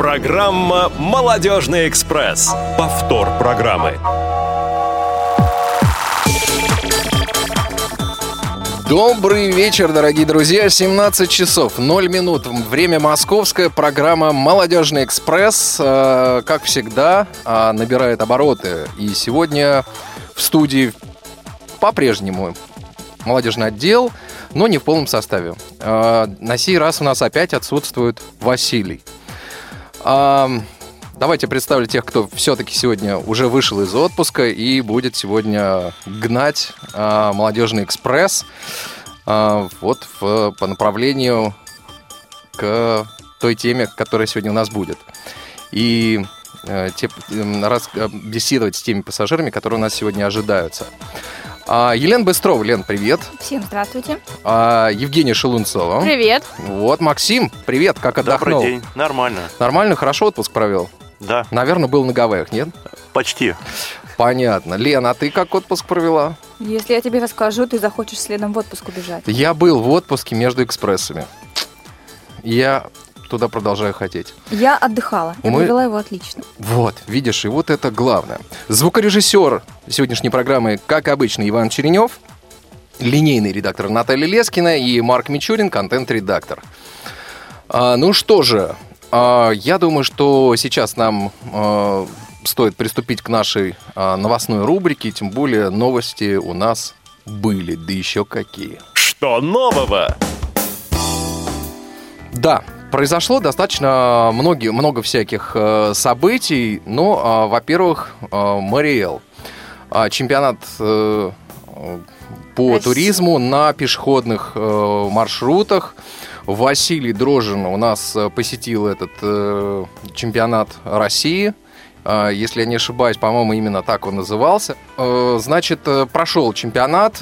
Программа «Молодежный экспресс». Повтор программы. Добрый вечер, дорогие друзья. 17 часов 0 минут. Время московское. Программа «Молодежный экспресс», как всегда, набирает обороты. И сегодня в студии по-прежнему молодежный отдел, но не в полном составе. На сей раз у нас опять отсутствует Василий. Давайте представлю тех, кто все-таки сегодня уже вышел из отпуска и будет сегодня гнать «Молодежный экспресс» по направлению к той теме, которая сегодня у нас будет. И беседовать с теми пассажирами, которые у нас сегодня ожидаются. Елена Быстрова. Лен, привет. Всем здравствуйте. Евгения Шелунцова. Привет. Вот, Максим, привет, как отдохнул? Добрый день, нормально. Нормально, хорошо отпуск провел? Да. Наверное, был на Гавайях, нет? Почти. Понятно. Лена, а ты как отпуск провела? Если я тебе расскажу, ты захочешь следом в отпуск убежать. Я был в отпуске между экспрессами. Я туда продолжаю хотеть. Я отдыхала. Я провела его отлично. Вот, видишь, и вот это главное. Звукорежиссер сегодняшней программы, как обычно, Иван Черенев, линейный редактор Наталья Лескина и Марк Мичурин, контент-редактор. Ну что же, я думаю, что сейчас нам стоит приступить к нашей новостной рубрике, тем более новости у нас были, да еще какие. Что нового? Да, произошло достаточно много всяких событий. Но, во-первых, Мариэл. Чемпионат по туризму на пешеходных маршрутах. Василий Дрожжин у нас посетил этот чемпионат России. Если я не ошибаюсь, по-моему, именно так он назывался. Значит, прошел чемпионат.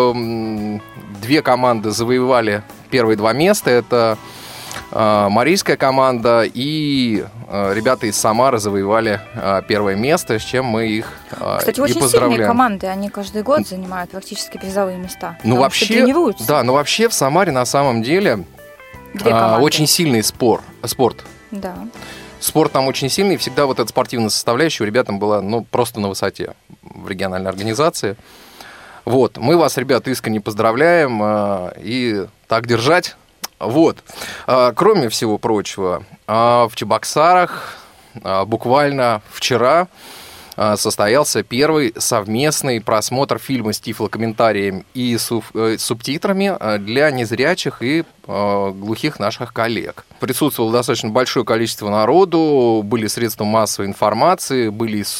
Две команды завоевали первые два места. Это марийская команда и ребята из Самары завоевали первое место, с чем мы их Кстати, очень сильные команды, они каждый год занимают практически призовые места. Ну вообще, да, но вообще в Самаре на самом деле очень сильный спорт. Да. Спорт там очень сильный, и всегда вот эта спортивная составляющая у ребят там была просто на высоте в региональной организации. Вот, мы вас, ребят, искренне поздравляем и так держать. Вот. Кроме всего прочего, в Чебоксарах буквально вчера состоялся первый совместный просмотр фильма с тифлокомментарием и субтитрами для незрячих и глухих наших коллег. Присутствовало достаточно большое количество народу, были средства массовой информации, был с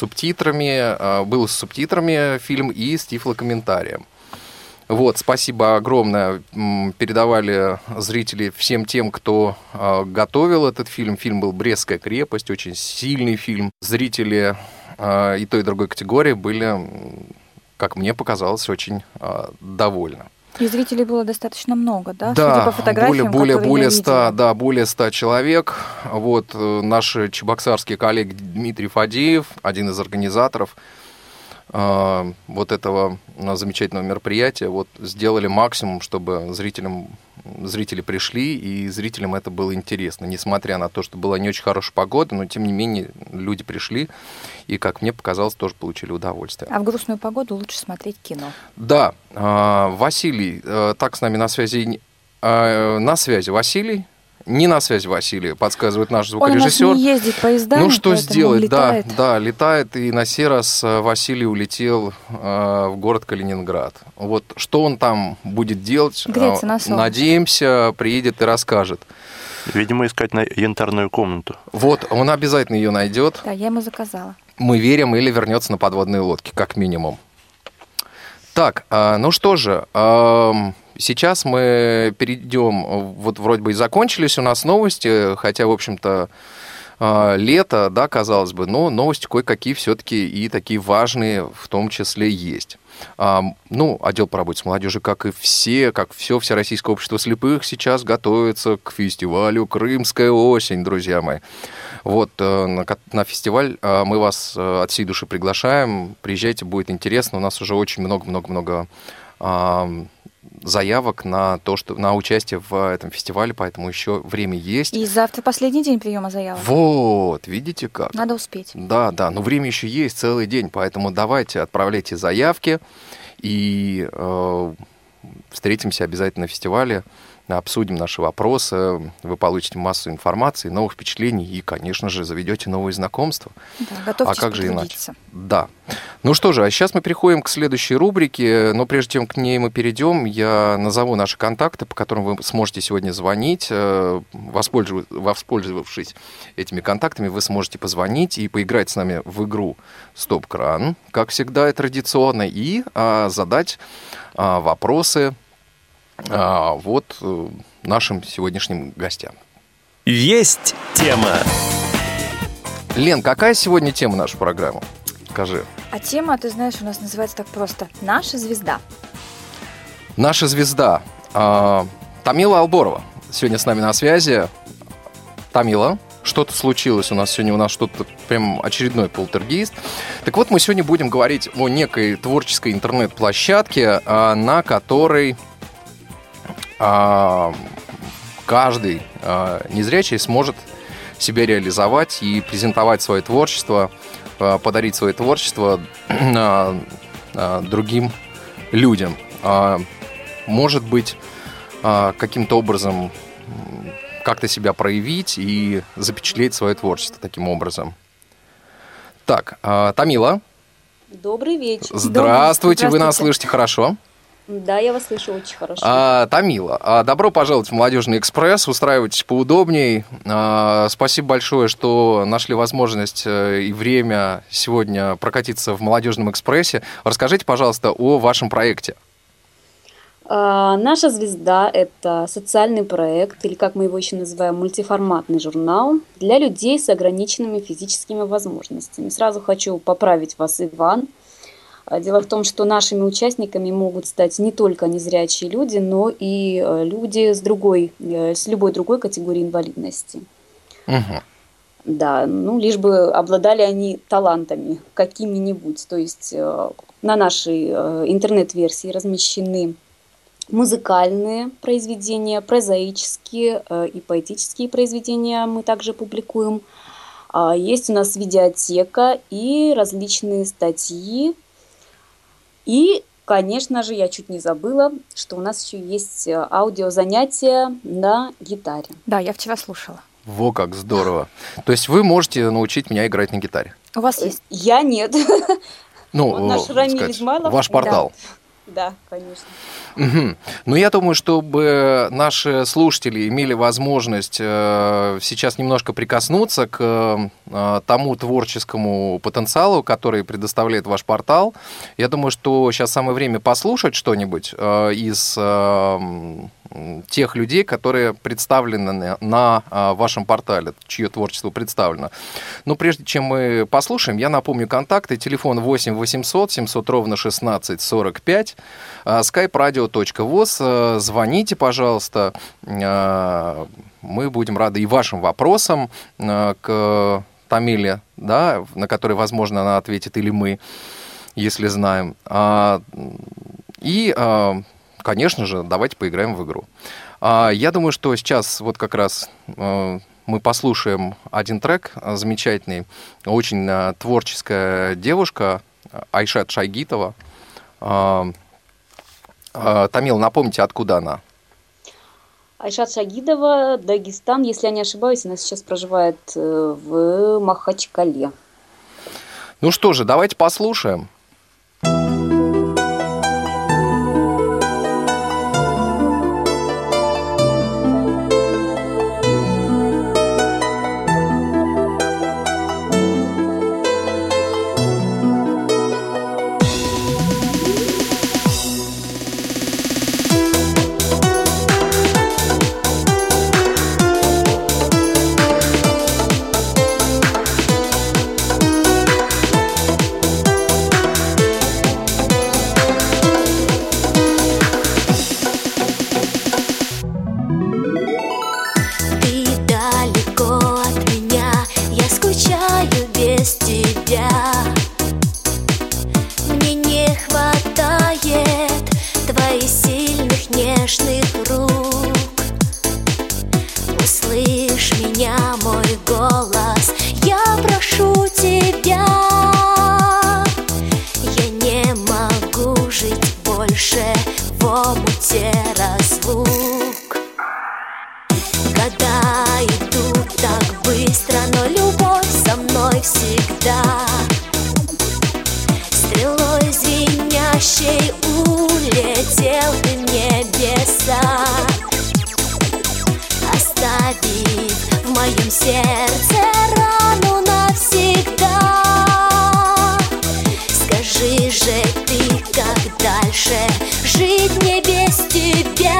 субтитрами фильм и с тифлокомментарием. Вот, спасибо огромное. Передавали зрители всем тем, кто готовил этот фильм. Фильм был «Брестская крепость», очень сильный фильм. Зрители и той, и другой категории были, как мне показалось, очень довольны. И зрителей было достаточно много, да? Да, судя по фотографиям, более 100 человек. Вот наши чебоксарские коллеги Дмитрий Фадеев, один из организаторов вот этого замечательного мероприятия, вот сделали максимум, чтобы зрители пришли, и зрителям это было интересно. Несмотря на то, что была не очень хорошая погода, но тем не менее люди пришли и, как мне показалось, тоже получили удовольствие. А в грустную погоду лучше смотреть кино. Да, Василий, так с нами на связи. На связи Василий. Не на связи Василий, подсказывает наш звукорежиссер. Он у нас не ездит поездами, ну что сделать, летает. Да, летает, и на сей раз Василий улетел в город Калининград. Вот что он там будет делать, греться на солнце. Надеемся, приедет и расскажет. Видимо, искать янтарную комнату. Вот, он обязательно ее найдет. Да, я ему заказала. Мы верим, или вернется на подводной лодке, как минимум. Так, ну что же, сейчас мы перейдем, вот вроде бы и закончились у нас новости, хотя, в общем-то, лето, да, казалось бы, но новости кое-какие все-таки и такие важные в том числе есть. Отдел по работе с молодежью, как и все Всероссийское общество слепых сейчас готовится к фестивалю «Крымская осень», друзья мои. Вот, на фестиваль мы вас от всей души приглашаем. Приезжайте, будет интересно. У нас уже очень много заявок на участие в этом фестивале, поэтому еще время есть. И завтра последний день приема заявок. Вот, видите как. Надо успеть. Да, но время еще есть целый день, поэтому давайте отправляйте заявки и встретимся обязательно на фестивале, обсудим наши вопросы, вы получите массу информации, новых впечатлений и, конечно же, заведете новые знакомства. Да, готовьтесь а как же иначе? потрудиться. Да. Ну что же, а сейчас мы переходим к следующей рубрике, но прежде чем к ней мы перейдем, я назову наши контакты, по которым вы сможете сегодня звонить. Воспользовавшись этими контактами, вы сможете позвонить и поиграть с нами в игру «Стоп-кран», как всегда и традиционно, и задать вопросы нашим сегодняшним гостям. Есть тема. Лен, какая сегодня тема нашей программы? Скажи. А тема, ты знаешь, у нас называется так просто «Наша звезда». Наша звезда. Тамила Алборова сегодня с нами на связи. Тамила, что-то случилось у нас сегодня, у нас что-то прям очередной полтергейст. Так вот, мы сегодня будем говорить о некой творческой интернет-площадке, на которой каждый незрячий сможет себя реализовать и презентовать свое творчество, подарить свое творчество другим людям. Может быть, каким-то образом как-то себя проявить и запечатлеть свое творчество таким образом. Так, Тамила. Добрый вечер. Здравствуйте, вы нас слышите хорошо? Да, я вас слышу очень хорошо. Тамила, добро пожаловать в «Молодежный экспресс». Устраивайтесь поудобней. Спасибо большое, что нашли возможность и время сегодня прокатиться в «Молодежном экспрессе». Расскажите, пожалуйста, о вашем проекте. Наша звезда – это социальный проект, или как мы его еще называем, мультиформатный журнал для людей с ограниченными физическими возможностями. Сразу хочу поправить вас, Иван. Дело в том, что нашими участниками могут стать не только незрячие люди, но и люди с любой другой категорией инвалидности. Угу. Да, лишь бы обладали они талантами какими-нибудь. То есть на нашей интернет-версии размещены музыкальные произведения, прозаические и поэтические произведения мы также публикуем. Есть у нас видеотека и различные статьи. И, конечно же, я чуть не забыла, что у нас еще есть аудиозанятия на гитаре. Да, я вчера слушала. Во, как здорово. То есть вы можете научить меня играть на гитаре? У вас есть? Я нет. Наш Рамиль Измайлов. Ваш портал. Да, конечно. Угу. Но я думаю, чтобы наши слушатели имели возможность сейчас немножко прикоснуться к тому творческому потенциалу, который предоставляет ваш портал. Я думаю, что сейчас самое время послушать что-нибудь из тех людей, которые представлены на вашем портале, чье творчество представлено. Но прежде чем мы послушаем, я напомню контакты. Телефон 8 800 700 ровно 16 45, skype-radio.voz. Звоните, пожалуйста. Мы будем рады и вашим вопросам к Тамиле, да, на которые, возможно, она ответит, или мы, если знаем. Конечно же, давайте поиграем в игру. Я думаю, что сейчас вот как раз мы послушаем один трек замечательный. Очень творческая девушка Айшат Шайгитова. Тамил, напомните, откуда она? Айшат Шагидова, Дагестан, если я не ошибаюсь, она сейчас проживает в Махачкале. Ну что же, давайте послушаем. слышишь меня, мой голос, я прошу тебя. Я не могу жить больше в омуте разлук. Года идут так быстро, но любовь со мной всегда. Стрелой звенящей улетел ты в небеса, оставив в моем сердце рану навсегда. Скажи же ты, как дальше жить мне без тебя?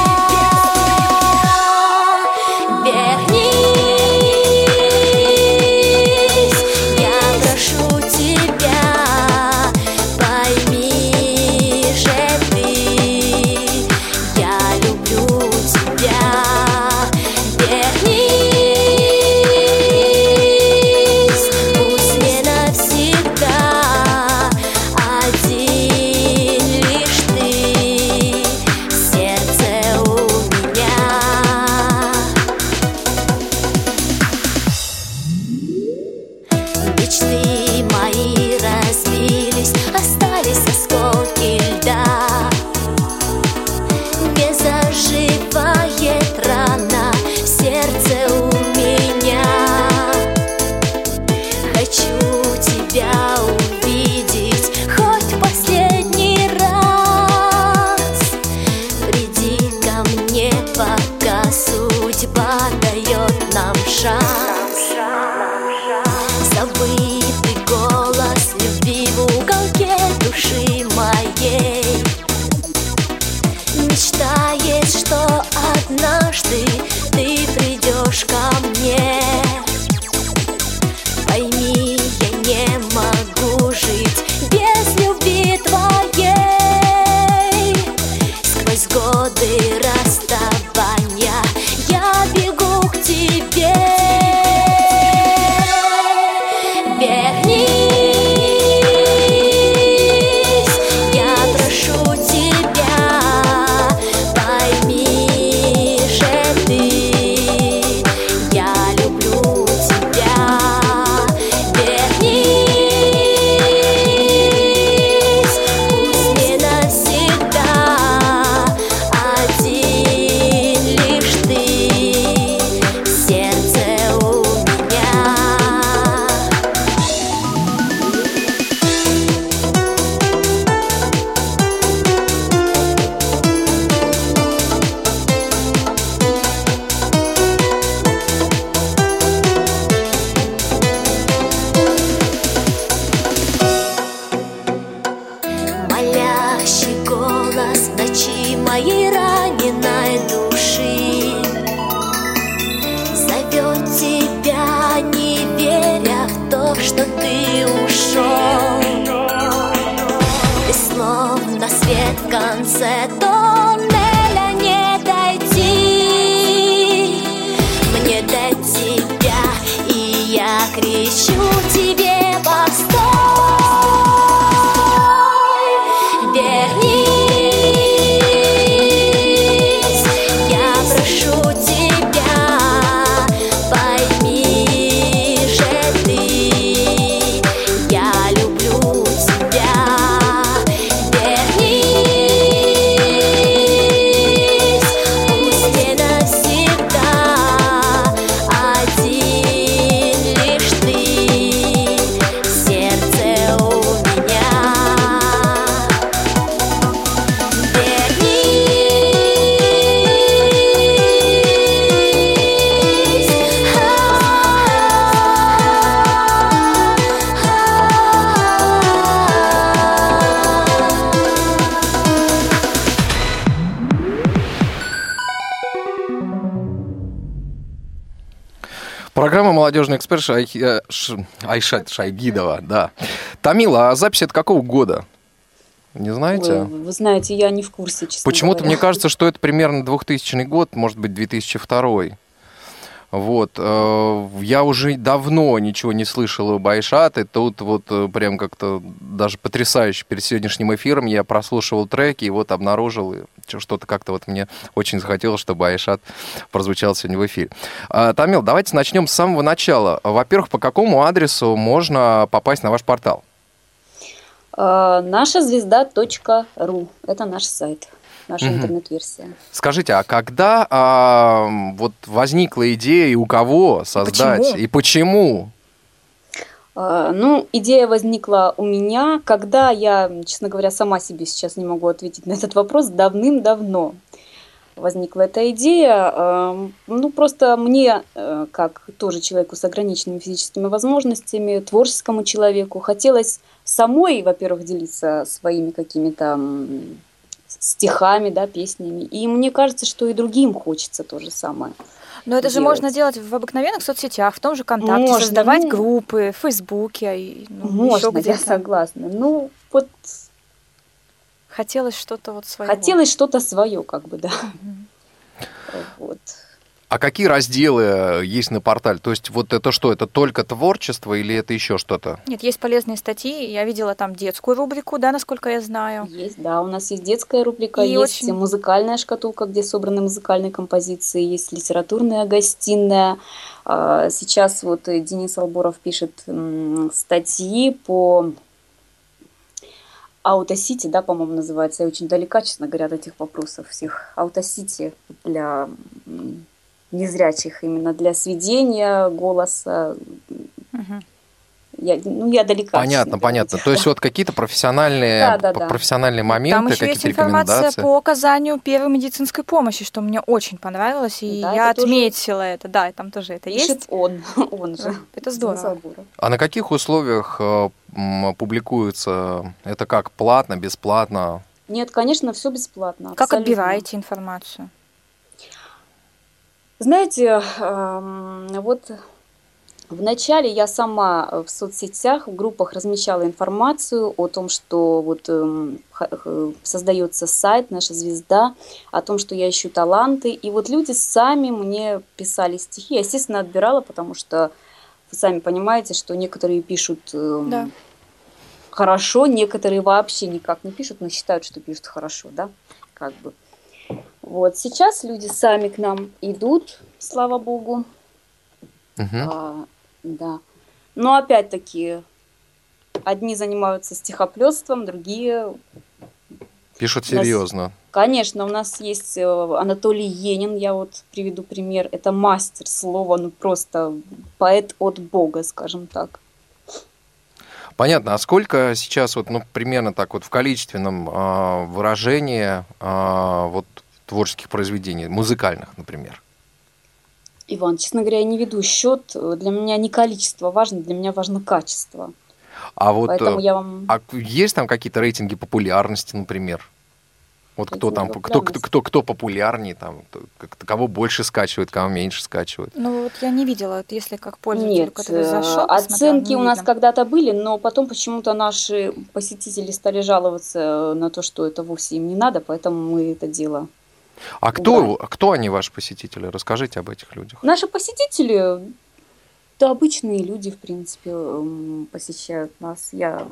Программа «Молодежный эксперт» Айшат Шайгидова, да. Тамила, а запись от какого года? Не знаете? Вы знаете, я не в курсе, честно Почему-то говоря. мне кажется, что это примерно 2000 год, может быть, 2002. Вот. Я уже давно ничего не слышал об Айшат, и тут вот прям как-то даже потрясающе перед сегодняшним эфиром я прослушивал треки и вот обнаружил что-то как-то вот мне очень захотелось, чтобы Айшат прозвучал сегодня в эфире. Тамил, давайте начнем с самого начала. Во-первых, по какому адресу можно попасть на ваш портал? Нашазвезда.ру. Это наш сайт. Наша интернет-версия. Скажите, а когда вот возникла идея и у кого создать? И почему? Идея возникла у меня, когда я, честно говоря, сама себе сейчас не могу ответить на этот вопрос, давным-давно возникла эта идея. Просто мне, как тоже человеку с ограниченными физическими возможностями, творческому человеку, хотелось самой, во-первых, делиться своими какими-то стихами, да, песнями. И мне кажется, что и другим хочется то же самое. Но это же можно делать в обыкновенных соцсетях, в том же ВКонтакте, создавать группы, в Фейсбуке. Можно, я согласна. Хотелось что-то вот свое. Хотелось что-то свое, как бы, да. Вот. А какие разделы есть на портале? То есть вот это что, это только творчество или это еще что-то? Нет, есть полезные статьи. Я видела там детскую рубрику, да, насколько я знаю. Есть, да, у нас есть детская рубрика, есть музыкальная шкатулка, где собраны музыкальные композиции, есть литературная гостиная. Сейчас вот Денис Алборов пишет статьи по Аутосити, да, по-моему, называется. Я очень далека, честно говоря, от этих вопросов всех. Аутосити для незрячих, именно для сведения голоса. Я далека. Понятно. То есть вот какие-то профессиональные моменты, там еще какие-то есть информация рекомендации. по оказанию первой медицинской помощи, что мне очень понравилось, и я отметила это. Да, и там тоже это пишет есть. Он же. Это здорово. А на каких условиях публикуется? Это как, платно, бесплатно? Нет, конечно, все бесплатно. Как отбираете информацию? Знаете, вот вначале я сама в соцсетях, в группах размещала информацию о том, что вот создается сайт «Наша звезда», о том, что я ищу таланты. И вот люди сами мне писали стихи. Я, естественно, отбирала, потому что вы сами понимаете, что некоторые пишут хорошо, некоторые вообще никак не пишут, но считают, что пишут хорошо, да, как бы. Вот сейчас люди сами к нам идут, слава богу. Да. Но опять-таки, одни занимаются стихоплётством, другие пишут серьезно. Конечно, у нас есть Анатолий Енин, я вот приведу пример. Это мастер слова, просто поэт от Бога, скажем так. Понятно. А сколько сейчас, примерно так в количественном выражении творческих произведений, музыкальных, например? Иван, честно говоря, я не веду счет. Для меня не количество важно, для меня важно качество. Поэтому я вам... А есть там какие-то рейтинги популярности, например? Вот кто популярнее, там, кого больше скачивает, кого меньше скачивает? Я не видела, если как пользователь кто-то зашел. Оценки у нас когда-то были, но потом почему-то наши посетители стали жаловаться на то, что это вовсе им не надо, поэтому мы это дело... А кто они, ваши посетители? Расскажите об этих людях. Наши посетители, да, обычные люди, в принципе, посещают нас. Я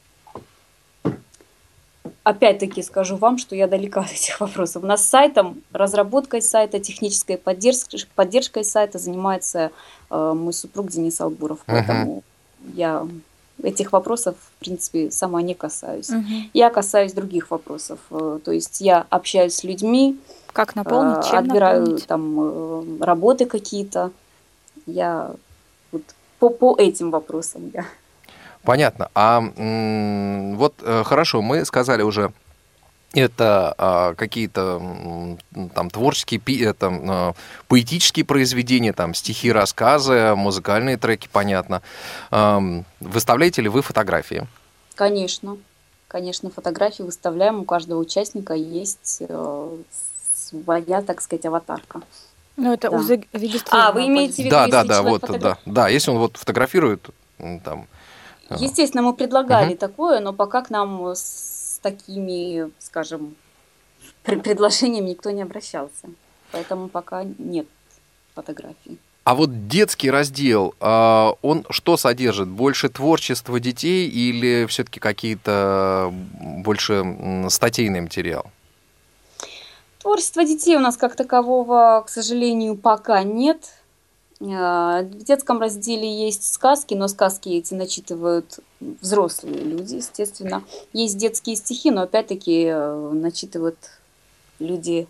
опять-таки скажу вам, что я далека от этих вопросов. У нас сайтом, разработкой сайта, технической поддержкой сайта занимается мой супруг Денис Албуров. Поэтому я этих вопросов, в принципе, сама не касаюсь. Я касаюсь других вопросов. То есть я общаюсь с людьми, как наполнить, чем отбираю наполнить? Там работы какие-то. Я вот по этим вопросам я. Понятно. Хорошо, мы сказали уже, это какие-то там творческие, поэтические произведения, там стихи, рассказы, музыкальные треки, понятно. Выставляете ли вы фотографии? Конечно. Конечно, фотографии выставляем. У каждого участника есть своя, так сказать, аватарка. Это зарегистрировано. Вы имеете в виду, Да, если он фотографирует там... Естественно, мы предлагали такое, но пока к нам с такими, скажем, предложениями никто не обращался. Поэтому пока нет фотографий. А вот детский раздел, он что содержит? Больше творчества детей или все-таки какие-то больше статейный материал? Творчества детей у нас как такового, к сожалению, пока нет. В детском разделе есть сказки, но сказки эти начитывают взрослые люди, естественно. Есть детские стихи, но опять-таки начитывают люди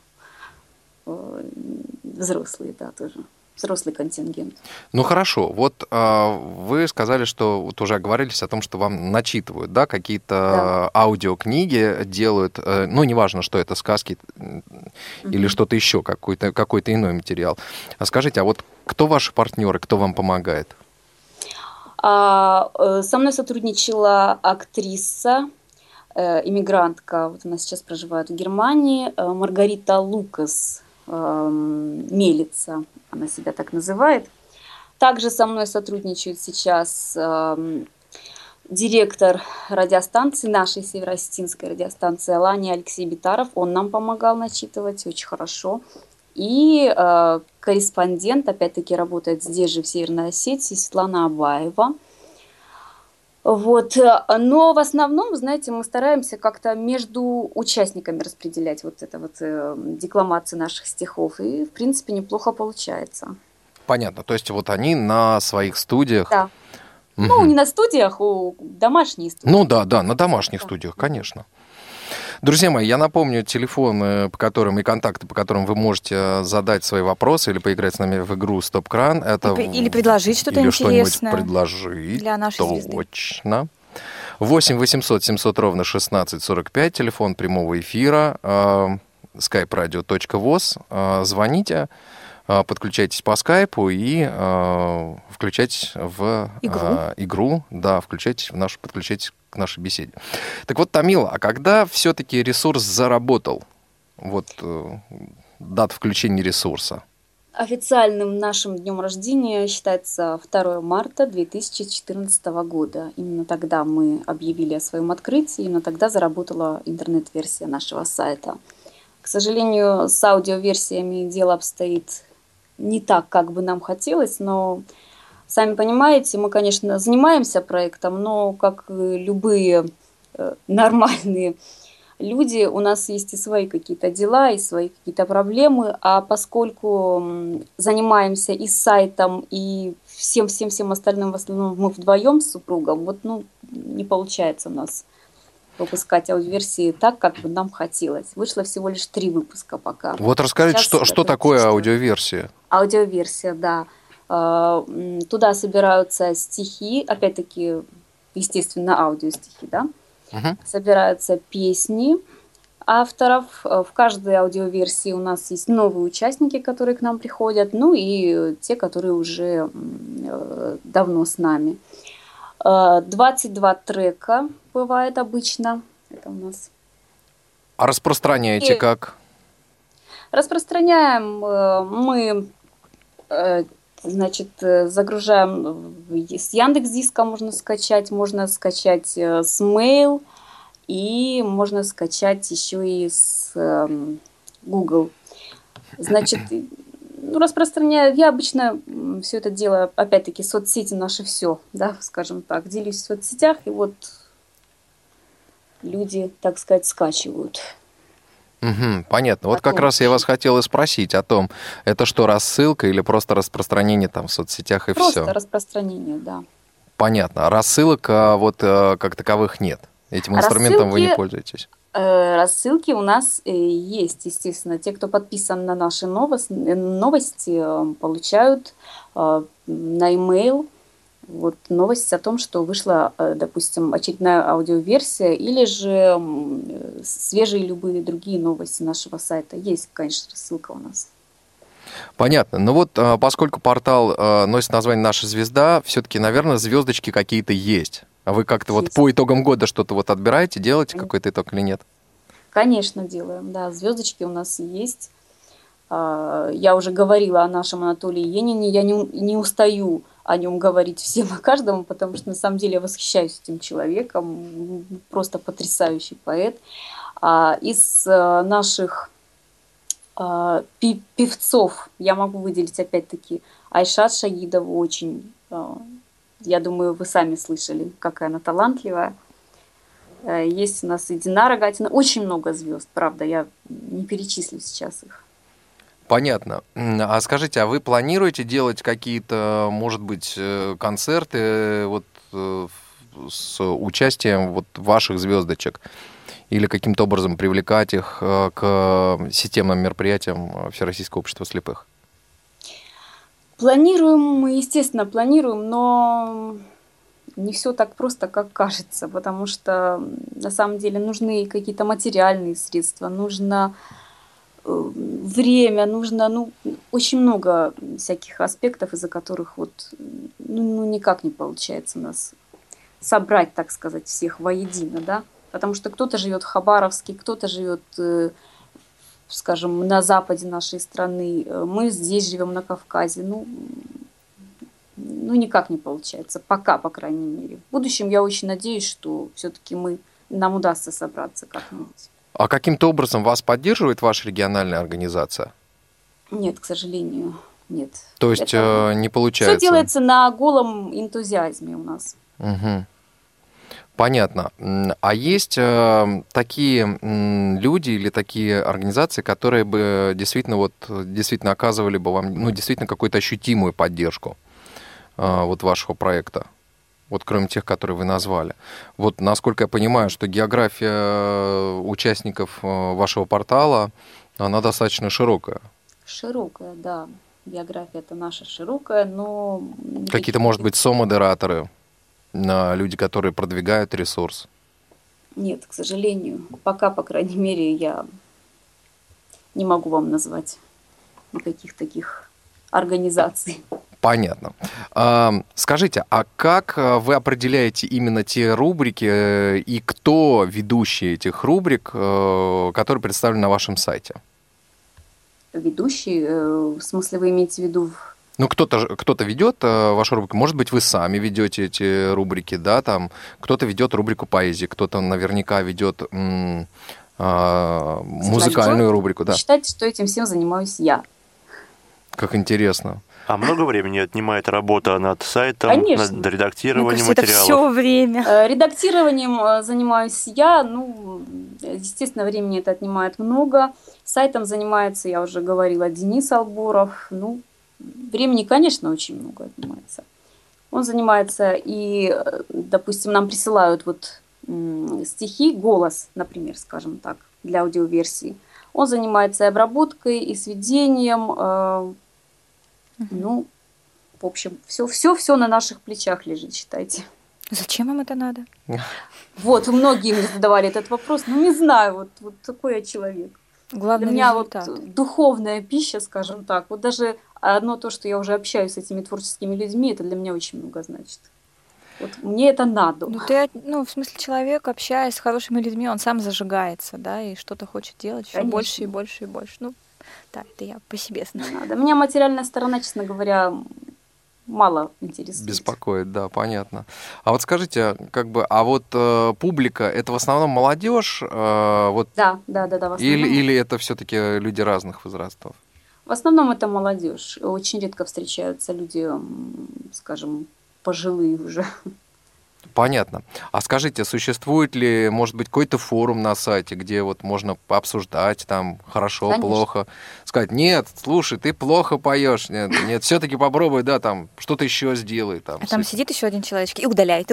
взрослые, да, тоже. Взрослый контингент. Ну хорошо, вот вы сказали, что вот уже оговорились о том, что вам начитывают, да, какие-то аудиокниги делают, ну неважно, что это, сказки или что-то еще, какой-то иной материал. А скажите, а вот кто ваши партнеры, кто вам помогает? Со мной сотрудничала актриса, иммигрантка, вот она сейчас проживает в Германии, Маргарита Лукас, Мелица, она себя так называет. Также со мной сотрудничает сейчас директор радиостанции, нашей северо-осетинской радиостанции Алания Алексей Битаров. Он нам помогал начитывать очень хорошо. И корреспондент, опять-таки, работает здесь же, в Северной Осетии, Светлана Абаева. Вот. Но в основном, знаете, мы стараемся как-то между участниками распределять вот это вот декламации наших стихов. И, в принципе, неплохо получается. Понятно. То есть вот они на своих студиях. Да. Угу. Ну, не на студиях, а домашние студии. Ну да, на домашних студиях, конечно. Друзья мои, я напомню телефоны, по которым и контакты, по которым вы можете задать свои вопросы или поиграть с нами в игру «Стоп-кран». Это или предложить что-то или интересное. Что-нибудь предложить. Для нашей звезды. Точно. 8 800 700 ровно 1645, телефон прямого эфира, skype-radio.voz. Звоните, подключайтесь по скайпу и включайтесь в игру. Да, подключайтесь к нашей беседе. Так вот, Тамила, а когда все-таки ресурс заработал? Вот дата включения ресурса. Официальным нашим днем рождения считается 2 марта 2014 года. Именно тогда мы объявили о своем открытии, именно тогда заработала интернет-версия нашего сайта. К сожалению, с аудиоверсиями дело обстоит не так, как бы нам хотелось, но, сами понимаете, мы, конечно, занимаемся проектом, но, как и любые нормальные люди, у нас есть и свои какие-то дела, и свои какие-то проблемы, а поскольку занимаемся и сайтом, и всем остальным, в основном мы вдвоем с супругом, вот, не получается у нас выпускать аудиоверсии так, как бы нам хотелось. Вышло всего лишь 3 выпуска пока. Вот расскажите, что такое аудиоверсия? Аудиоверсия, да. Туда собираются стихи, опять-таки, естественно, аудиостихи, да. Угу. Собираются песни авторов. В каждой аудиоверсии у нас есть новые участники, которые к нам приходят, ну и те, которые уже давно с нами. 22 трека бывает обычно. Это у нас. А распространяете как? Распространяем мы, загружаем с Яндекс.Диска, можно скачать с Mail, и можно скачать еще и с Google. Значит, распространяю. Я обычно все это делаю, опять-таки, соцсети наши все, да, скажем так. Делюсь в соцсетях, и вот люди, так сказать, скачивают. Угу, понятно. Вот как раз я вас хотел и спросить о том, это что, рассылка или просто распространение там в соцсетях и все? Просто распространение, да. Понятно. А рассылок вот как таковых нет? Этим инструментом вы не пользуетесь? Рассылки у нас есть, естественно. Те, кто подписан на наши новости, получают на e-mail вот новость о том, что вышла, допустим, очередная аудиоверсия или же свежие любые другие новости нашего сайта. Есть, конечно, рассылка у нас. Понятно. Но вот поскольку портал носит название «Наша звезда», все-таки, наверное, звездочки какие-то есть. А вы как-то вот по итогам года что-то вот отбираете, делаете какой-то итог или нет? Конечно, делаем, да. Звездочки у нас есть. Я уже говорила о нашем Анатолии Енине. Я не устаю о нем говорить всем и каждому, потому что на самом деле я восхищаюсь этим человеком. Просто потрясающий поэт. Из наших певцов я могу выделить опять-таки Айшат Шагидову очень, я думаю, вы сами слышали, какая она талантливая. Есть у нас и Динара Гатина, очень много звезд, правда, я не перечислю сейчас их. Понятно. А скажите, а вы планируете делать какие-то, может быть, концерты вот с участием вот ваших звездочек? Или каким-то образом привлекать их к системным мероприятиям Всероссийского общества слепых? Планируем, мы, естественно, планируем, но не все так просто, как кажется, потому что на самом деле нужны какие-то материальные средства, нужно время, нужно очень много всяких аспектов, из-за которых вот никак не получается у нас собрать, так сказать, всех воедино, да, потому что кто-то живет в Хабаровске, кто-то живет, скажем, на западе нашей страны, мы здесь живем на Кавказе, никак не получается, пока, по крайней мере. В будущем я очень надеюсь, что все-таки нам удастся собраться как-нибудь. А каким-то образом вас поддерживает ваша региональная организация? Нет, к сожалению, нет. То есть не получается? Все делается на голом энтузиазме у нас. Угу. Понятно. А есть такие люди или такие организации, которые бы действительно оказывали бы вам действительно какую-то ощутимую поддержку вот вашего проекта? Вот кроме тех, которые вы назвали. Вот насколько я понимаю, что география участников вашего портала, она достаточно широкая. Широкая, да. География-то наша широкая, но... Какие-то, может быть, со-модераторы, люди, которые продвигают ресурс? Нет, к сожалению. Пока, по крайней мере, я не могу вам назвать никаких таких организаций. Понятно. Скажите, а как вы определяете именно те рубрики и кто ведущие этих рубрик, которые представлены на вашем сайте? Ведущие? В смысле, вы имеете в виду... Кто-то ведет вашу рубрику, может быть, вы сами ведете эти рубрики, да, там кто-то ведет рубрику поэзии, кто-то наверняка ведет музыкальную рубрику, да. Считайте, что этим всем занимаюсь я. Как интересно. А много времени отнимает работа над сайтом, Конечно. над редактированием это материалов? все время. Редактированием занимаюсь я, естественно, времени это отнимает много. Сайтом занимается, я уже говорила, Денис Албуров. Времени, конечно, очень много отнимается. Он занимается и, допустим, нам присылают стихи, голос, например, скажем так, для аудиоверсии. Он занимается и обработкой, и сведением. В общем, все на наших плечах лежит, считайте. Зачем вам это надо? Вот, многие мне задавали этот вопрос. Не знаю, вот такой я человек. Главный для меня результат. Духовная пища, скажем так. Вот даже одно то, что я уже общаюсь с этими творческими людьми, это для меня очень много значит. Вот мне это надо. В смысле, человек, общаясь с хорошими людьми, он сам зажигается, да, и что-то хочет делать все больше и больше и больше. Да, это я по себе знаю. Надо. Меня материальная сторона, честно говоря, мало интересует. Беспокоит, да, понятно. А вот скажите, публика, это в основном молодежь? Да, в основном. Или это все-таки люди разных возрастов? В основном это молодежь. Очень редко встречаются люди, скажем, пожилые уже. Понятно. А скажите, существует ли, может быть, какой-то форум на сайте, где можно пообсуждать, там, хорошо, конечно, плохо, сказать, нет, слушай, ты плохо поешь, нет, все-таки попробуй, да, там, что-то еще сделай. Там, а там сидит еще один человечек и удаляет.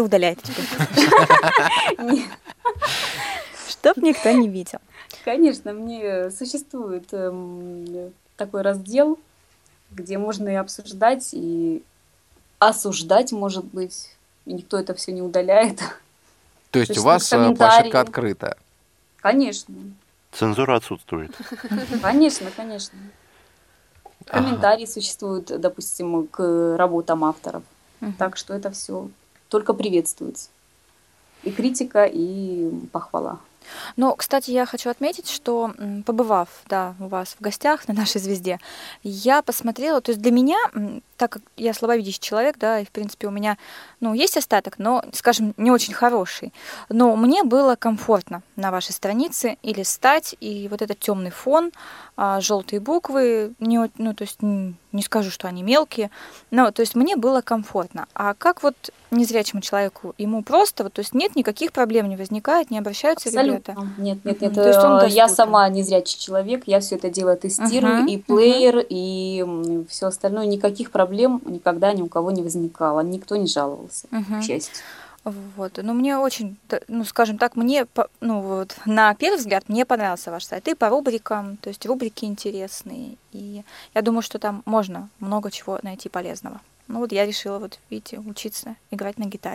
Чтоб никто не видел. Конечно, мне существует такой раздел, где можно и обсуждать, и осуждать, может быть. И никто это все не удаляет. То есть у вас площадка открытая? Конечно. Цензура отсутствует? Конечно. Комментарии существуют, допустим, к работам авторов. Так что это все только приветствуется. И критика, и похвала. Но, кстати, я хочу отметить, что побывав, да, у вас в гостях на нашей звезде, я посмотрела, то есть для меня, так как я слабовидящий человек, да, и в принципе у меня, ну, есть остаток, но, скажем, не очень хороший, но мне было комфортно на вашей странице и листать, и вот этот темный фон, желтые буквы, ну, то есть не скажу, что они мелкие, но, то есть мне было комфортно. А как вот незрячему человеку, ему просто, вот, то есть нет никаких проблем не возникает, не обращаются ребята? Нет. То есть он Я доступен. сама незрячий человек, я все это дело тестирую, и плеер, и все остальное. Никаких проблем никогда ни у кого не возникало, никто не жаловался, к счастью. Вот, ну мне очень, ну скажем так, мне, ну вот на первый взгляд мне понравился ваш сайт и по рубрикам, то есть рубрики интересные, и я думаю, что там можно много чего найти полезного. Ну вот я решила, вот видите, учиться играть на гитаре.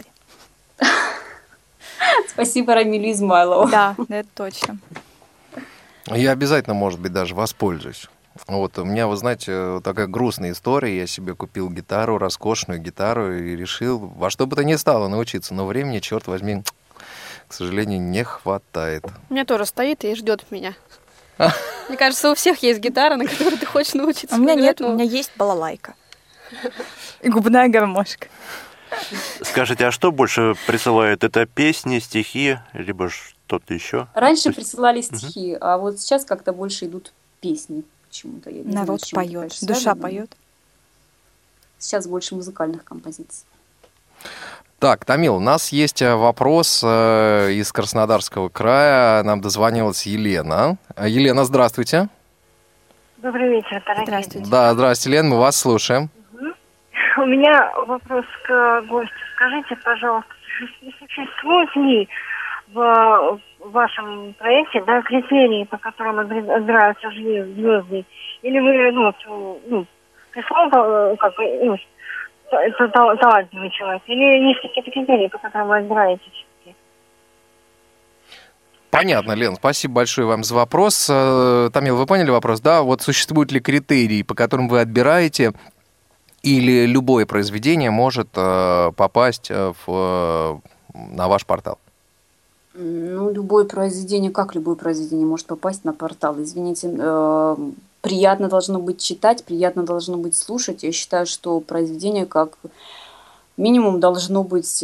Спасибо Рамилю Измайлову. Да, это точно. Я обязательно, может быть, даже воспользуюсь. Вот у меня, вы знаете, такая грустная история. Я себе купил гитару, роскошную гитару, и решил во что бы то ни стало научиться. Но времени, черт возьми, к сожалению, не хватает. У меня тоже стоит и ждет меня. Мне кажется, у всех есть гитара, на которой ты хочешь научиться. У меня нет, у меня есть балалайка и губная гармошка. Скажите, а что больше присылают? Это песни, стихи, либо что-то еще? Раньше присылали стихи, а вот сейчас как-то больше идут песни. Почему-то я не Народ знаю, поет, конечно, душа связано. поет. Сейчас больше музыкальных композиций. Так, Тамил, у нас есть вопрос из Краснодарского края. Нам дозвонилась Елена. Елена, здравствуйте. Добрый вечер, дорогие. Здравствуйте. Да, здравствуйте, Елена, мы вас слушаем. У меня вопрос к гостю. Скажите, пожалуйста, существуют ли в вашем проекте, да, критерии, по которым отбираются звезды? Или вы, пришел, как бы, это талантливый человек? Или есть какие-то критерии, по которым вы отбираете все-таки? Понятно, Лен, спасибо большое вам за вопрос. Тамил, вы поняли вопрос, да? Вот существуют ли критерии, по которым вы отбираете, или любое произведение может попасть на ваш портал? Ну, любое произведение, как любое произведение может попасть на портал? Извините, приятно должно быть читать, приятно должно быть слушать. Я считаю, что произведение как минимум должно быть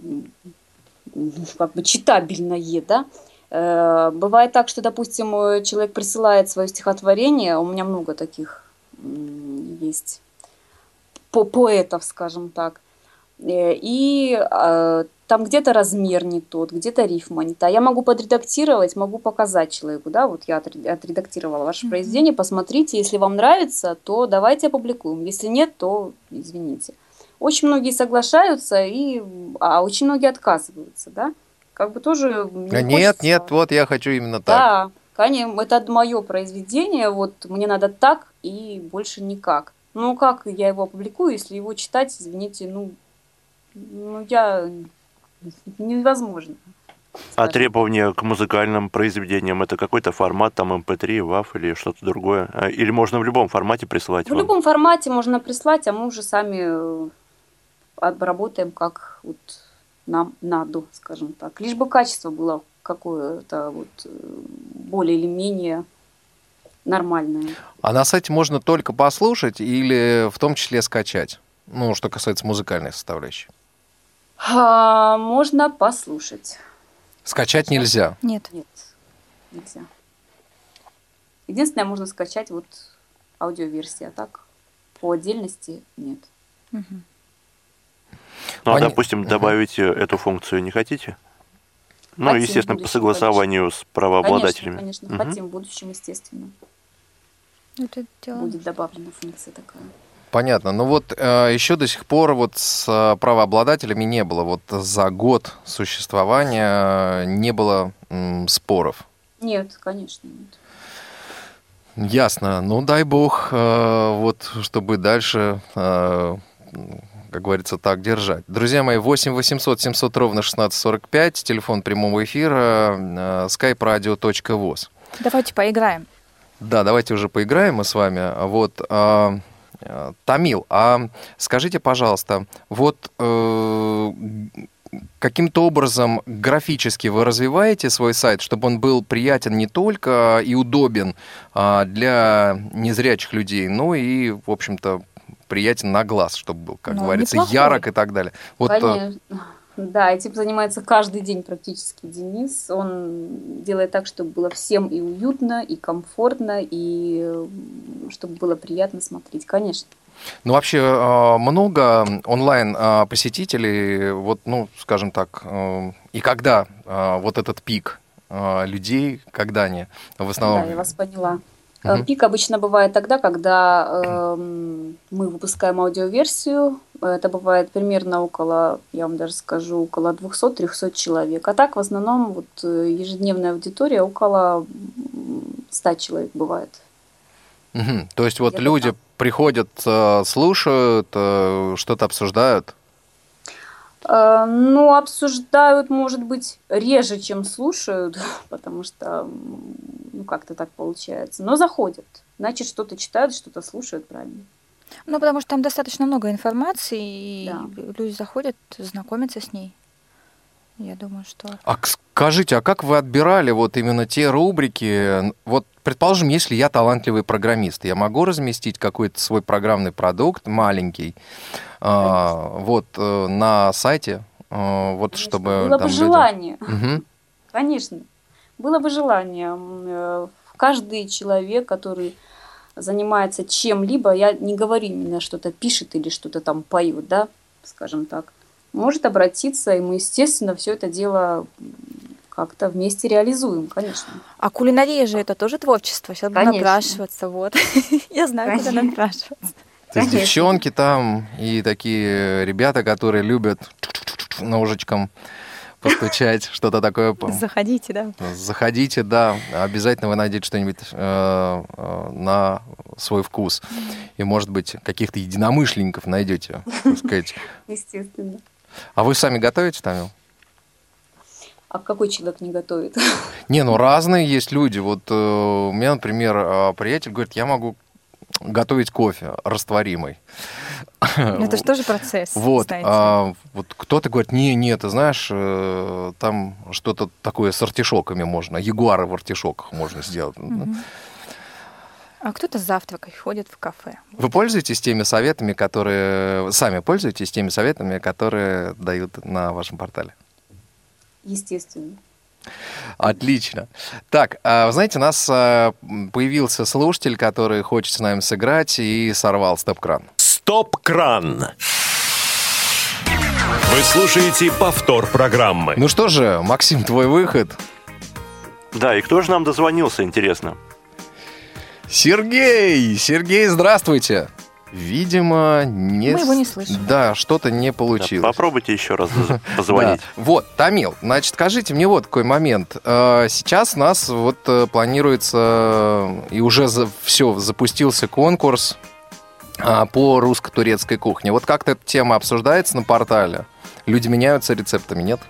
как бы читабельное, да? Бывает так, что, допустим, человек присылает свое стихотворение, у меня много таких есть поэтов, скажем так, и там где-то размер не тот, где-то рифма не та. Я могу подредактировать, могу показать человеку, да, вот я отредактировала ваше произведение, посмотрите, если вам нравится, то давайте опубликуем, если нет, то извините. Очень многие соглашаются, а очень многие отказываются, да, как бы тоже... Нет, вот я хочу именно так. Да, конечно, это мое произведение, вот мне надо так и больше никак. Ну, как я его опубликую, если его читать, извините, невозможно. А требования к музыкальным произведениям — это какой-то формат, там MP3, WAV или что-то другое? Или можно в любом формате присылать В вам? любом формате можно прислать, а мы уже сами обработаем, как вот нам надо, скажем так. Лишь бы качество было какое-то вот более или менее нормальное. А на сайте можно только послушать или в том числе скачать? Ну, что касается музыкальной составляющей. Можно послушать. Скачать нельзя? Нет. Нет, нельзя. Единственное, можно скачать вот аудиоверсия, а так по отдельности нет. Ну, а, допустим, добавить эту функцию не хотите? Ну, Хотим естественно, в по будущем, согласованию с правообладателями. Конечно, хотим в будущем, естественно. Это дело. Будет добавлена функция такая. Понятно. Ну вот еще до сих пор вот с правообладателями не было. Вот за год существования не было споров. Нет, конечно, нет. Ясно. Ну, дай бог, вот, чтобы дальше, как говорится, так держать. Друзья мои, 8 800 700 ровно 1645, телефон прямого эфира, skype-radio.voz. Давайте поиграем. Да, давайте уже поиграем мы с вами. Вот, Тамил, а скажите, пожалуйста, вот каким-то образом графически вы развиваете свой сайт, чтобы он был приятен не только и удобен для незрячих людей, но и, в общем-то, приятен на глаз, чтобы был, как говорится, неплохой. ярок и так далее. Вот, Конечно. Да, этим занимается каждый день практически Денис. Он делает так, чтобы было всем и уютно, и комфортно, и чтобы было приятно смотреть, конечно. ну, вообще, много онлайн-посетителей, вот, ну, скажем так, и когда вот этот пик людей, когда они в основном... Да, я вас поняла. Мгм. Пик обычно бывает тогда, когда мы выпускаем аудиоверсию. Это бывает примерно около, я вам даже скажу, около 200-300 человек. А так в основном вот, ежедневная аудитория около 100 человек бывает. Мгм. То есть вот Где-то люди так. приходят, слушают, что-то обсуждают. Ну, обсуждают, может быть, реже, чем слушают, потому что, ну, как-то так получается. Но заходят. Значит, что-то читают, что-то слушают, правильно. Ну, потому что там достаточно много информации, и Да. люди заходят, знакомятся с ней. Я думаю, что... А скажите, а как вы отбирали вот именно те рубрики? Вот, предположим, если я талантливый программист, я могу разместить какой-то свой программный продукт маленький вот на сайте, вот Конечно, чтобы было там бы люди- желание. Мгм. Конечно. Было бы желание. Каждый человек, который занимается чем-либо, я не говорю именно что-то пишет или что-то там поет, да, скажем так, может обратиться, и мы, естественно, все это дело как-то вместе реализуем, конечно. А кулинария же это тоже творчество. Сейчас буду Конечно. напрашиваться, вот. Я знаю, куда Конечно. напрашиваться. То есть Конечно. девчонки там и такие ребята, которые любят ножичком постучать, что-то такое. Заходите, да. Заходите, да, обязательно вы найдете что-нибудь на свой вкус. И, может быть, каких-то единомышленников найдете, так сказать. Естественно. А вы сами готовите, Тамил? А какой человек не готовит? Не, ну разные есть люди. Вот у меня, например, приятель говорит, я могу готовить кофе растворимый. Ну, это же тоже процесс, Вот, знаете. вот кто-то говорит, не, ты знаешь, там что-то такое с артишоками можно, ягуары в артишоках можно сделать. Мгм. А кто-то с завтракой ходит в кафе. Вы пользуетесь теми советами, сами пользуетесь теми советами, которые дают на вашем портале? Естественно. Отлично. Так, вы знаете, у нас появился слушатель, который хочет с нами сыграть и сорвал стоп-кран. Стоп-кран. Вы слушаете повтор программы. Ну что же, Максим, твой выход. Да, и кто же нам дозвонился, интересно? Сергей! Сергей, здравствуйте! Видимо, не... Мы его не слышим. Да, что-то не Да, получилось. попробуйте еще раз позвонить. Да. Вот, Тамил, значит, скажите мне вот такой момент. Сейчас у нас вот планируется, и уже все, запустился конкурс по русско-турецкой кухне. Вот как-то эта тема обсуждается на портале? Люди меняются рецептами, нет?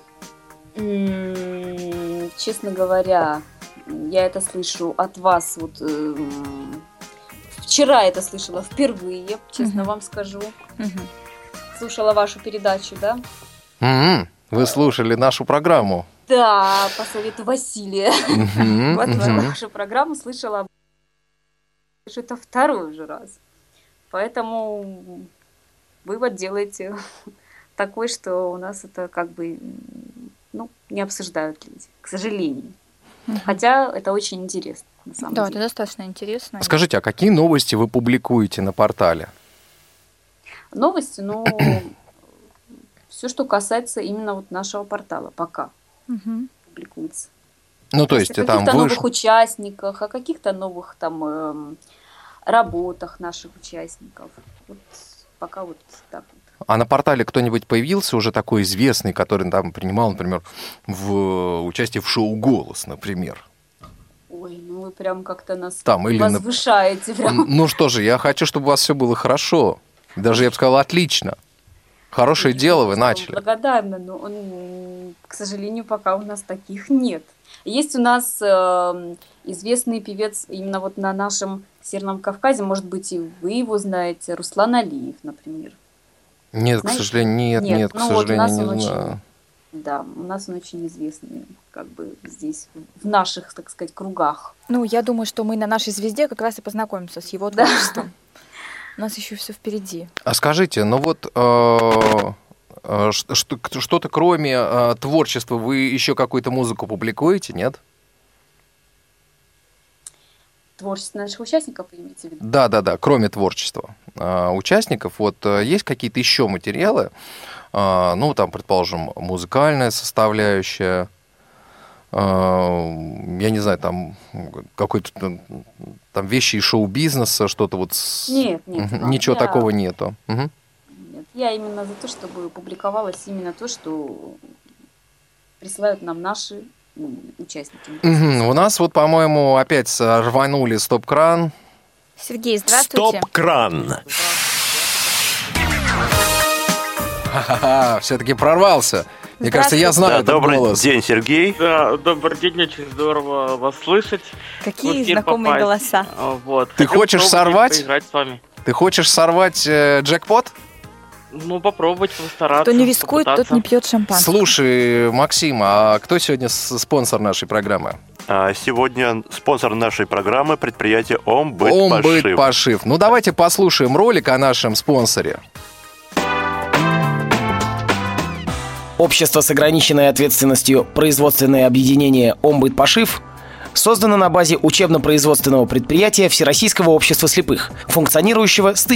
Честно говоря, я это слышу от вас вот вчера это слышала впервые, честно Мгм. вам скажу. Мгм. Слушала вашу передачу, да? Вы слушали нашу программу. Да, по совету Василия. Мгм, Вот мгм. вашу программу слышала это второй уже раз. Поэтому вывод делаете такой, что у нас это как бы не обсуждают люди, к сожалению. Хотя это очень интересно, на самом Да, деле. это достаточно интересно. Скажите, а какие новости вы публикуете на портале? Новости, все, что касается именно вот нашего портала, пока Мгм. публикуется. Ну, то О есть там каких-то новых вышло... участниках, о каких-то новых там работах наших участников. Вот пока вот так вот. А на портале кто-нибудь появился уже такой известный, который там принимал, например, участие в шоу «Голос», например? Ой, ну вы прям как-то нас Там, или возвышаете. Прям. Ну что же, я хочу, чтобы у вас все было хорошо. Даже, я бы сказал, отлично. Хорошее дело вы начали. Благодарна, но к сожалению, пока у нас таких нет. Есть у нас известный певец именно вот на нашем Северном Кавказе, может быть, и вы его знаете, Руслан Алиев, например. Нет, Знаете? к сожалению, нет, к Ну вот у нас сожалению, он не очень, знаю. да, у нас он очень известный, как бы здесь, в наших, так сказать, кругах. Ну, я думаю, что мы на нашей звезде как раз и познакомимся с его Да. творчеством. У нас еще все впереди. А скажите, ну вот что-то кроме творчества, вы еще какую-то музыку публикуете, нет? Творчество наших участников, вы имеете в виду? Да, кроме творчества участников, вот есть какие-то еще материалы, ну, там, предположим, музыкальная составляющая, я не знаю, там, какой-то там вещи из шоу-бизнеса, что-то вот... Нет, Ничего такого нету. Угу. Нет, я именно за то, чтобы публиковалось именно то, что присылают нам наши участники. У нас вот, по-моему, опять рванули стоп-кран. Сергей, здравствуйте. Стоп-кран. Ха-ха-ха, все-таки прорвался. Мне кажется, я знаю Да, этот добрый голос. день, Сергей. Да, добрый день, очень здорово вас слышать. в Какие эфир знакомые попасть. голоса. Вот. Ты Хотел хочешь попробовать сорвать? поиграть с вами. Ты хочешь сорвать джекпот? Ну, попробовать, постараться. Кто не рискует, тот попытаться. не пьет шампанское. Слушай, Максим, а кто сегодня спонсор нашей программы? Сегодня спонсор нашей программы — предприятие «Омбыт Омбыт Пошив». Пошив. Ну, давайте послушаем ролик о нашем спонсоре. Общество с ограниченной ответственностью «Производственное объединение Омбыт Пошив» создано на базе учебно-производственного предприятия Всероссийского общества слепых, функционирующего с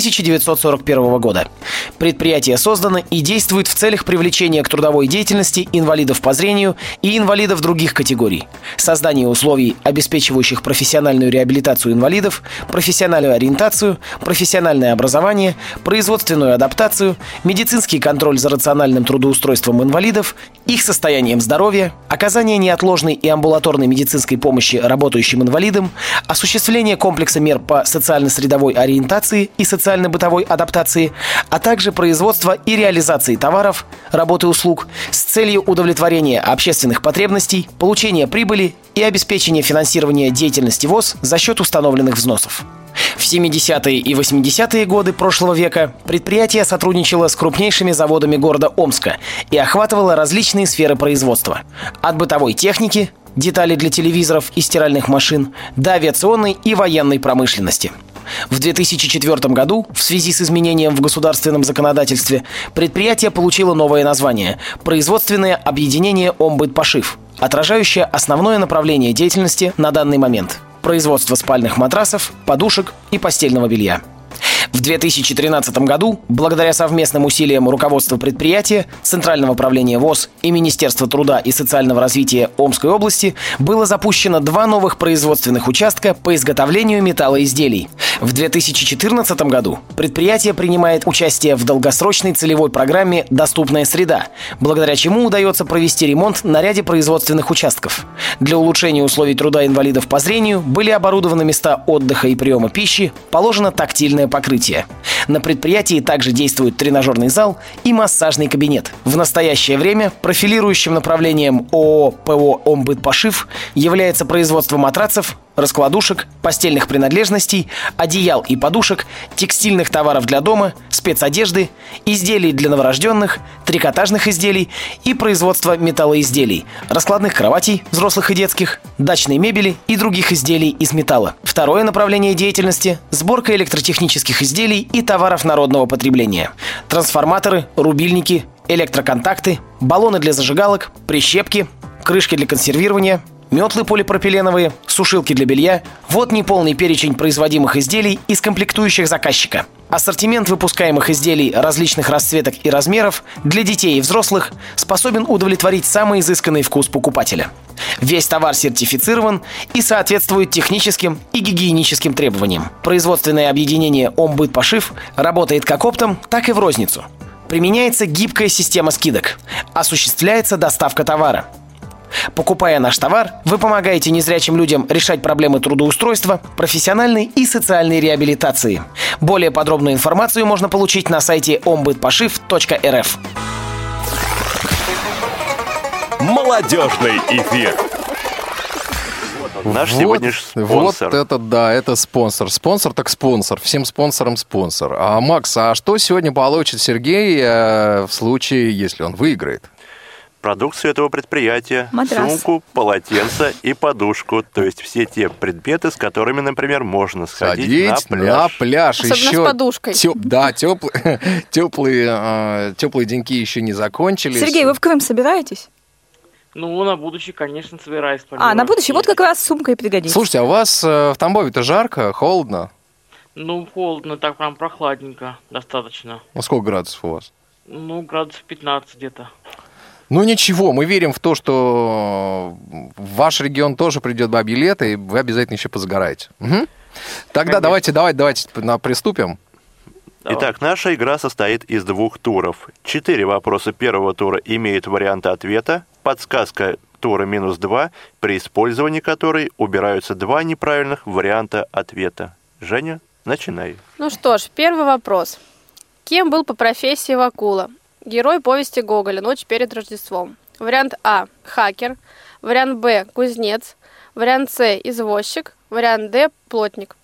1941 года. Предприятие создано и действует в целях привлечения к трудовой деятельности инвалидов по зрению и инвалидов других категорий, создания условий, обеспечивающих профессиональную реабилитацию инвалидов, профессиональную ориентацию, профессиональное образование, производственную адаптацию, медицинский контроль за рациональным трудоустройством инвалидов, их состоянием здоровья, оказание неотложной и амбулаторной медицинской помощи работающим инвалидам, осуществление комплекса мер по социально-средовой ориентации и социально-бытовой адаптации, а также производство и реализации товаров, работы и услуг с целью удовлетворения общественных потребностей, получения прибыли и обеспечения финансирования деятельности ВОС за счет установленных взносов. В 70-е и 80-е годы прошлого века предприятие сотрудничало с крупнейшими заводами города Омска и охватывало различные сферы производства. От бытовой техники, детали для телевизоров и стиральных машин, до авиационной и военной промышленности. В 2004 году, в связи с изменением в государственном законодательстве, предприятие получило новое название – «Производственное объединение Омбыт Пошив», отражающее основное направление деятельности на данный момент – производство спальных матрасов, подушек и постельного белья. В 2013 году, благодаря совместным усилиям руководства предприятия, Центрального управления ВОС и Министерства труда и социального развития Омской области было запущено 2 новых производственных участка по изготовлению металлоизделий. В 2014 году предприятие принимает участие в долгосрочной целевой программе «Доступная среда», благодаря чему удается провести ремонт на ряде производственных участков. Для улучшения условий труда инвалидов по зрению были оборудованы места отдыха и приема пищи, положено тактильное покрытие. На предприятии также действует тренажерный зал и массажный кабинет. В настоящее время профилирующим направлением ООО ПО «Омбыт Пошив» является производство матрацев, раскладушек, постельных принадлежностей, одеял и подушек, текстильных товаров для дома, спецодежды, изделий для новорожденных, трикотажных изделий и производство металлоизделий, раскладных кроватей, взрослых и детских, дачной мебели и других изделий из металла. Второе направление деятельности – сборка электротехнических изделий и товаров народного потребления. Трансформаторы, рубильники, электроконтакты, баллоны для зажигалок, прищепки, крышки для консервирования, метлы полипропиленовые, сушилки для белья – вот неполный перечень производимых изделий из комплектующих заказчика. Ассортимент выпускаемых изделий различных расцветок и размеров для детей и взрослых способен удовлетворить самый изысканный вкус покупателя. Весь товар сертифицирован и соответствует техническим и гигиеническим требованиям. Производственное объединение «Омбыт Пошив» работает как оптом, так и в розницу. Применяется гибкая система скидок. Осуществляется доставка товара. Покупая наш товар, вы помогаете незрячим людям решать проблемы трудоустройства, профессиональной и социальной реабилитации. Более подробную информацию можно получить на сайте ombytpashiv.rf. Молодежный эфир. Наш сегодняшний спонсор. Вот это да, это спонсор. Спонсор так спонсор. Всем спонсорам спонсор. Макс, а что сегодня получит Сергей в случае, если он выиграет? Продукцию этого предприятия, Матрас. сумку, полотенце и подушку. То есть все те предметы, с которыми, например, можно сходить на пляж. Особенно Еще с подушкой. теплые деньки еще не закончились. Сергей, вы в Крым собираетесь? Ну, на будущее, конечно, собираюсь. На будущее вот как раз сумка и пригодится. Слушайте, а у вас в Тамбове-то жарко, холодно? Ну, холодно, так прям прохладненько достаточно. Ну, сколько градусов у вас? Ну, градусов 15 где-то. Ну ничего, мы верим в то, что в ваш регион тоже придет бабье лето, и вы обязательно еще позагораете. Угу. Тогда давайте приступим. Итак, наша игра состоит из 2 туров. 4 вопроса первого тура имеют варианты ответа. Подсказка тура -2, при использовании которой убираются 2 неправильных варианта ответа. Женя, начинай. Ну что ж, первый вопрос. Кем был по профессии Вакула? Герой повести Гоголя «Ночь перед Рождеством». Вариант А – хакер. Вариант Б – кузнец. Вариант С – извозчик. Вариант Д – плотник.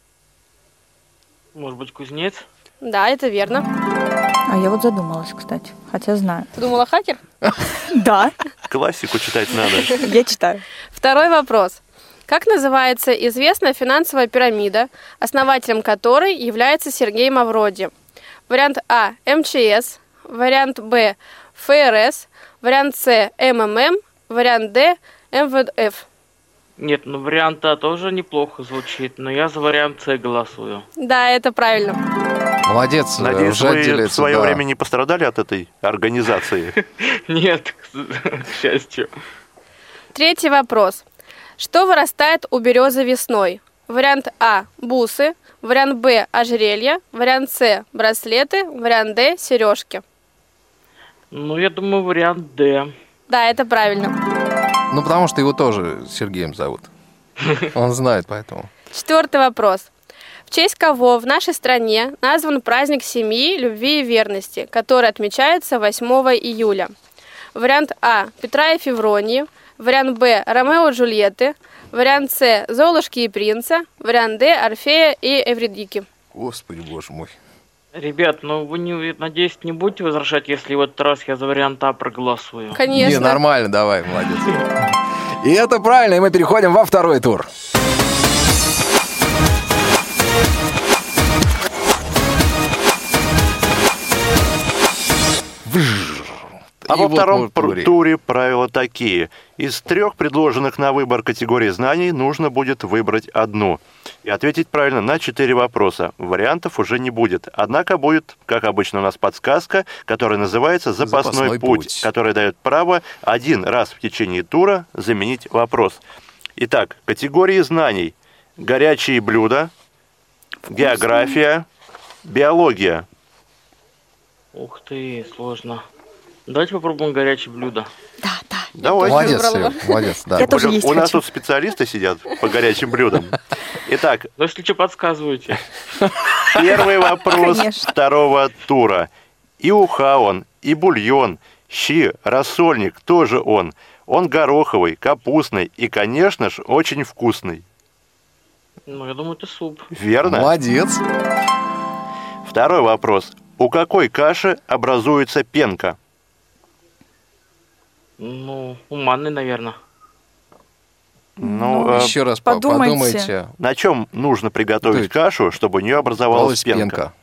Может быть, кузнец? Да, это верно. А я вот задумалась, кстати, хотя знаю. Ты думала хакер? Да, Классику читать надо. я читаю. Второй вопрос. Как называется известная финансовая пирамида, основателем которой является Сергей Мавроди? Вариант А – МЧС. Вариант Б – ФРС. Вариант С – МММ. Вариант Д – МВФ. Нет, ну вариант А тоже неплохо звучит, но я за вариант С голосую. Да, это правильно. Молодец, Надеюсь, уже вы в отделяется, свое да. время не пострадали от этой организации? Нет, к счастью. Третий вопрос. Что вырастает у березы весной? Вариант А – бусы. Вариант Б – ожерелья. Вариант С – браслеты. Вариант Д – сережки. Ну, я думаю, вариант Д. Да, это правильно. Ну, потому что его тоже Сергеем зовут. Он знает, поэтому. Четвертый вопрос. В честь кого в нашей стране назван праздник семьи, любви и верности, который отмечается 8 июля? Вариант А – Петра и Февронии. Вариант Б – Ромео и Джульетты. Вариант С – Золушки и принца. Вариант Д – Орфея и Эвридики. Господи, боже мой. Ребят, ну вы, надеюсь, не будете возражать, если в этот раз я за вариант А проголосую? Конечно. Не, нормально, давай, молодец. И это правильно, и мы переходим во второй тур. А И во вот втором мы в туре. туре правила такие. Из 3 предложенных на выбор категорий знаний нужно будет выбрать одну. И ответить правильно на 4 вопроса. Вариантов уже не будет. Однако будет, как обычно у нас, подсказка, которая называется «Запасной путь», которая дает право 1 раз в течение тура заменить вопрос. Итак, категории знаний. Горячие блюда, география, биология. Ух ты, сложно. Давайте попробуем горячее блюдо. Давайте. Молодец, Серег, молодец, да. Я тоже есть У нас хочу. тут специалисты сидят по горячим блюдам. Итак, Ну, если что, подсказывайте. первый вопрос Конечно. второго тура. И уха он, и бульон, щи, рассольник тоже он. Он гороховый, капустный и, конечно ж, очень вкусный. Ну, я думаю, это суп. Верно? Молодец. Второй вопрос. У какой каши образуется пенка? Ну, у манны, наверное. Ну, Еще раз подумайте. подумайте. на чем нужно приготовить Готовить. кашу, чтобы у нее образовалась Пенка.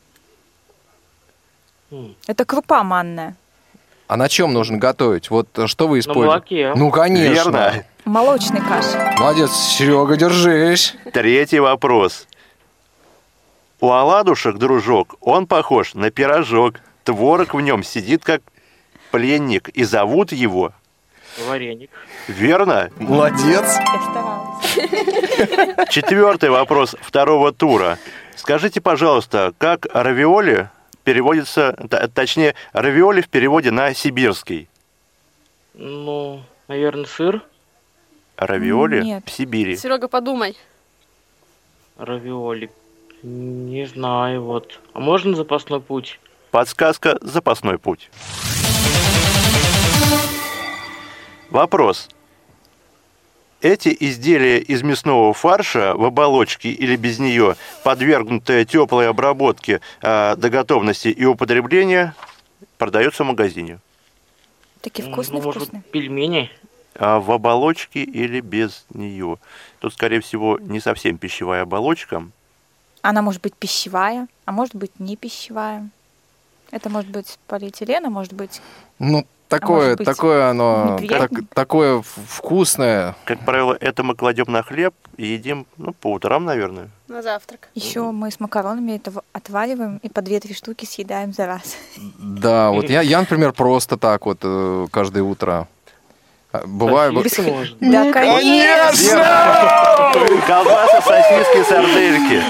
пенка? Это крупа манная. А на чем нужно готовить? Вот что вы На используете? молоке. Ну, конечно. Верно. Молочной каши. Молодец, Серега, держись. Третий вопрос. У оладушек, дружок, он похож на пирожок. Творог в нем сидит как пленник, и зовут его... Вареник. Верно? Молодец. Я старалась. Четвертый вопрос второго тура. Скажите, пожалуйста, как равиоли переводится, точнее, равиоли в переводе на сибирский? Ну, наверное, сыр. Равиоли Нет. в Сибири. Серега, подумай. Равиоли. Не знаю, вот. А можно запасной путь? Подсказка «Запасной путь». Вопрос. Эти изделия из мясного фарша в оболочке или без нее, подвергнутые теплой обработке до готовности и употребления, продаются в магазине. Такие вкусные, может, вкусные. пельмени? В оболочке или без нее. Тут, скорее всего, не совсем пищевая оболочка. Она может быть пищевая, а может быть не пищевая. Это может быть полиэтилен, а может быть... Ну, такое оно, неприятно. такое вкусное. Как правило, это мы кладем на хлеб и едим по утрам, наверное. На завтрак. Еще мы с макаронами это отвариваем и по 2-3 штуки съедаем за раз. Да, вот я, например, просто так вот каждое утро. Бывает... Сосиски, может? Да, конечно! Колбасы, сосиски, сардельки.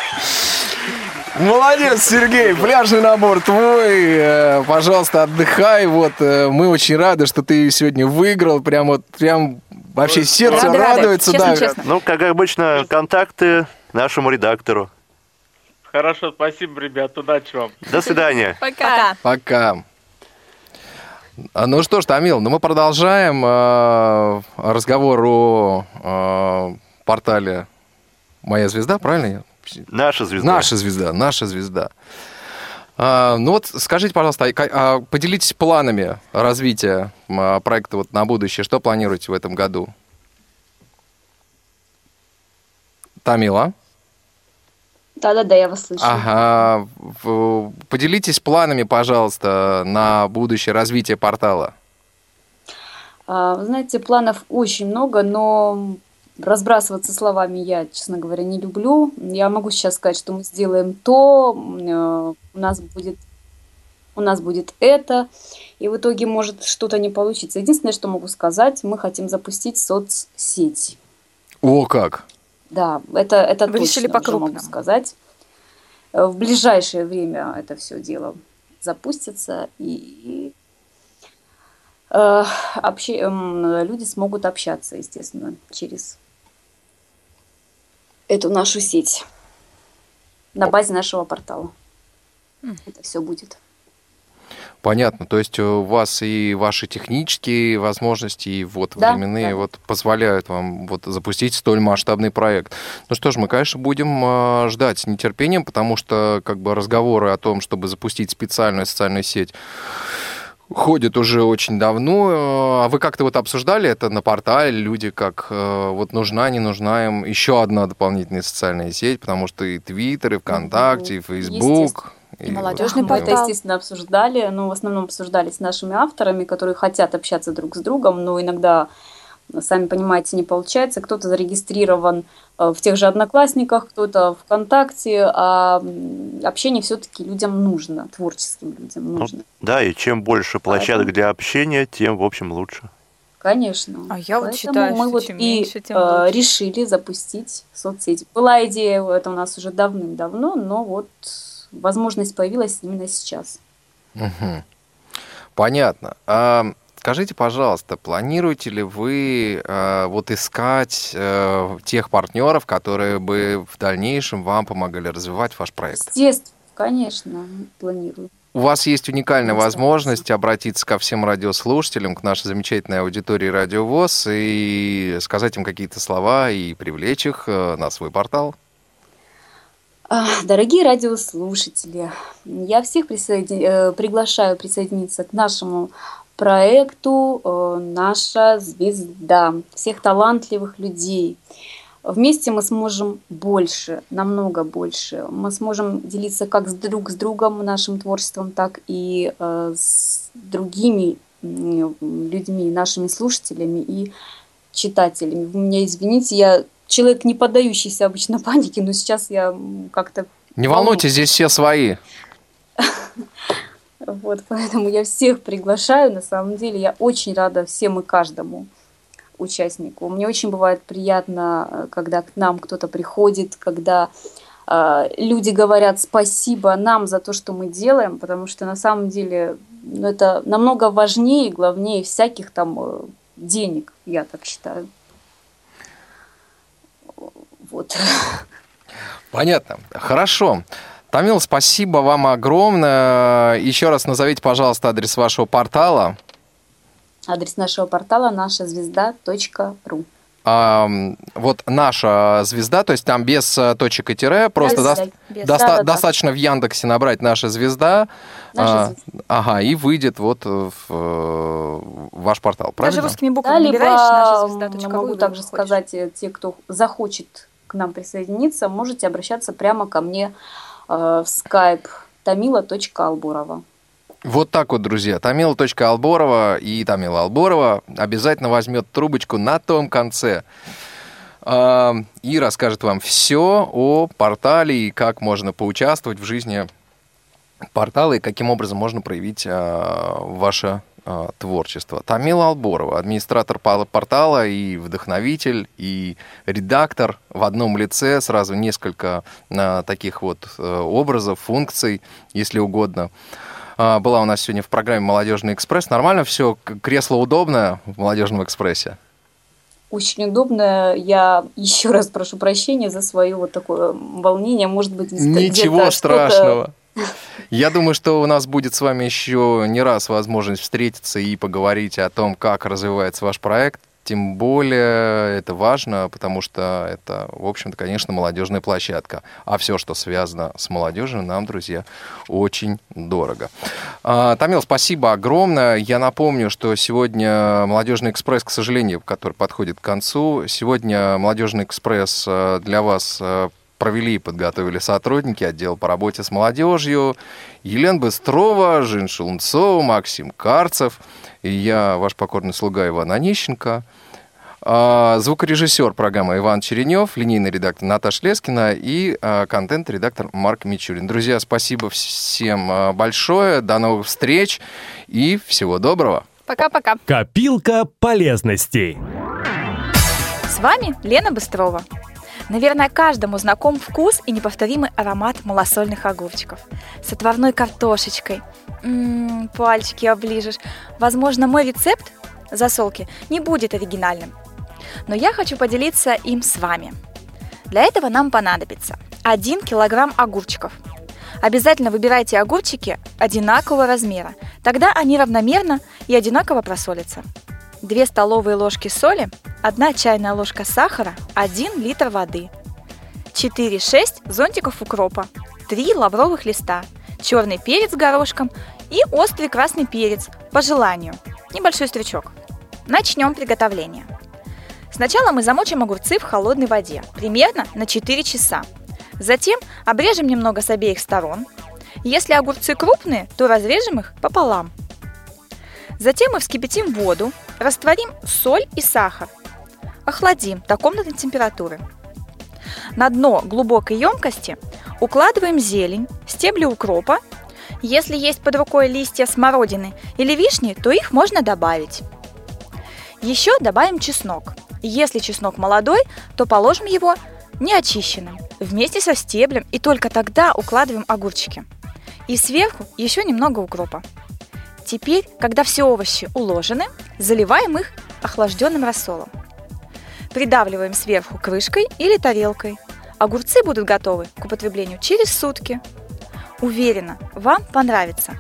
Молодец, Сергей, пляжный набор твой, пожалуйста, отдыхай, вот, мы очень рады, что ты сегодня выиграл, прям вообще сердце Рады, радуется, честно, да. честно. Ну, как обычно, контакты нашему редактору. Хорошо, спасибо, ребят, удачи вам. До свидания. Пока. Пока. Ну что ж, Тамил, мы продолжаем разговор о портале «Моя звезда», правильно? Наша звезда. Наша звезда. Ну вот, скажите, пожалуйста, поделитесь планами развития проекта вот на будущее. Что планируете в этом году? Тамила? Да, я вас слышу. Ага. Поделитесь планами, пожалуйста, на будущее развитие портала. Вы знаете, планов очень много, но разбрасываться словами я, честно говоря, не люблю. Я могу сейчас сказать, что мы сделаем то, у нас будет это, и в итоге может что-то не получиться. Единственное, что могу сказать, мы хотим запустить соцсеть. О, как! Да, это Вы решили точно уже по-крупному. могу сказать. В ближайшее время это все дело запустится, и люди смогут общаться, естественно, через эту нашу сеть на базе нашего портала. Это все будет. Понятно. То есть у вас и ваши технические возможности, и вот временные вот позволяют вам вот запустить столь масштабный проект. Ну что ж, мы, конечно, будем ждать с нетерпением, потому что как бы разговоры о том, чтобы запустить специальную социальную сеть, ходят уже очень давно. А вы как-то вот обсуждали это на портале? Люди как вот нужна, не нужна им еще одна дополнительная социальная сеть, потому что и Твиттер, и ВКонтакте, и Фейсбук. И молодежный Мы это, портал. естественно, обсуждали, но в основном обсуждали с нашими авторами, которые хотят общаться друг с другом, но иногда, сами понимаете, не получается. Кто-то зарегистрирован в тех же Одноклассниках, кто-то ВКонтакте, а общение все-таки людям нужно, творческим людям нужно. Да, и чем больше площадок для общения, тем, в общем, лучше. Конечно. А я вот Поэтому считаю, мы что вот чем и меньше, тем лучше. решили запустить соцсети. Была идея, это у нас уже давным-давно, но вот возможность появилась именно сейчас. Угу. Понятно. Скажите, пожалуйста, планируете ли вы вот искать тех партнеров, которые бы в дальнейшем вам помогали развивать ваш проект? Естественно, конечно, планирую. У вас есть уникальная возможность обратиться ко всем радиослушателям, к нашей замечательной аудитории Радио ВОС и сказать им какие-то слова и привлечь их на свой портал. Дорогие радиослушатели, я всех приглашаю присоединиться к нашему проекту «Наша звезда». Всех талантливых людей. Вместе мы сможем больше, намного больше. Мы сможем делиться как друг с другом нашим творчеством, так и с другими людьми, нашими слушателями и читателями. Вы меня извините, я человек, не поддающийся обычно панике, но сейчас я как-то... Не волнуйтесь, здесь все свои. Вот, поэтому я всех приглашаю. На самом деле я очень рада всем и каждому участнику. Мне очень бывает приятно, когда к нам кто-то приходит, когда люди говорят спасибо нам за то, что мы делаем, потому что на самом деле это намного важнее и главнее всяких там денег, я так считаю. Вот. Понятно. Хорошо. Тамил, спасибо вам огромное. Еще раз назовите, пожалуйста, адрес вашего портала. Адрес нашего портала нашазвезда.ру. вот наша звезда, то есть там без точек и тире, просто достаточно в Яндексе набрать «Наша звезда», и выйдет вот в ваш портал, правильно? Даже русскими буквами набираешь «Наша звезда.ру». Могу также сказать, те, кто захочет к нам присоединиться, можете обращаться прямо ко мне в Skype Тамила.Алборова. Вот так вот, друзья, Тамила.Алборова, и Тамила Алборова обязательно возьмет трубочку на том конце и расскажет вам все о портале и как можно поучаствовать в жизни портала и каким образом можно проявить ваше творчество. Тамила Алборова, администратор портала и вдохновитель, и редактор в одном лице, сразу несколько таких вот образов, функций, если угодно. Была у нас сегодня в программе «Молодежный экспресс». Нормально все? Кресло удобное в «Молодежном экспрессе»? Очень удобно. Я еще раз прошу прощения за свое вот такое волнение. Может быть, ничего страшного. Я думаю, что у нас будет с вами еще не раз возможность встретиться и поговорить о том, как развивается ваш проект. Тем более это важно, потому что это, в общем-то, конечно, молодежная площадка. А все, что связано с молодежью, нам, друзья, очень дорого. Тамил, спасибо огромное. Я напомню, что сегодня «Молодежный экспресс», к сожалению, который подходит к концу, сегодня «Молодежный экспресс» для вас провели и подготовили сотрудники отдела по работе с молодежью Елена Быстрова, Жень Шелунцова, Максим Карцев и я, ваш покорный слуга Иван Онищенко, звукорежиссер программы Иван Черенев, линейный редактор Наташа Лескина и контент-редактор Марк Мичурин. Друзья, спасибо всем большое, до новых встреч и всего доброго. Пока-пока. Копилка полезностей. С вами Лена Быстрова. Наверное, каждому знаком вкус и неповторимый аромат малосольных огурчиков с отварной картошечкой. Пальчики оближешь. Возможно, мой рецепт засолки не будет оригинальным, но я хочу поделиться им с вами. Для этого нам понадобится 1 килограмм огурчиков. Обязательно выбирайте огурчики одинакового размера, тогда они равномерно и одинаково просолятся. 2 столовые ложки соли, 1 чайная ложка сахара, 1 литр воды, 4-6 зонтиков укропа, 3 лавровых листа, черный перец горошком и острый красный перец по желанию, небольшой стручок. Начнем приготовление. Сначала мы замочим огурцы в холодной воде, примерно на 4 часа. Затем обрежем немного с обеих сторон. Если огурцы крупные, то разрежем их пополам. Затем мы вскипятим воду, растворим соль и сахар. Охладим до комнатной температуры. На дно глубокой емкости укладываем зелень, стебли укропа. Если есть под рукой листья смородины или вишни, то их можно добавить. Еще добавим чеснок. Если чеснок молодой, то положим его неочищенным, вместе со стеблем, и только тогда укладываем огурчики. И сверху еще немного укропа. Теперь, когда все овощи уложены, заливаем их охлажденным рассолом. Придавливаем сверху крышкой или тарелкой. Огурцы будут готовы к употреблению через сутки. Уверена, вам понравится.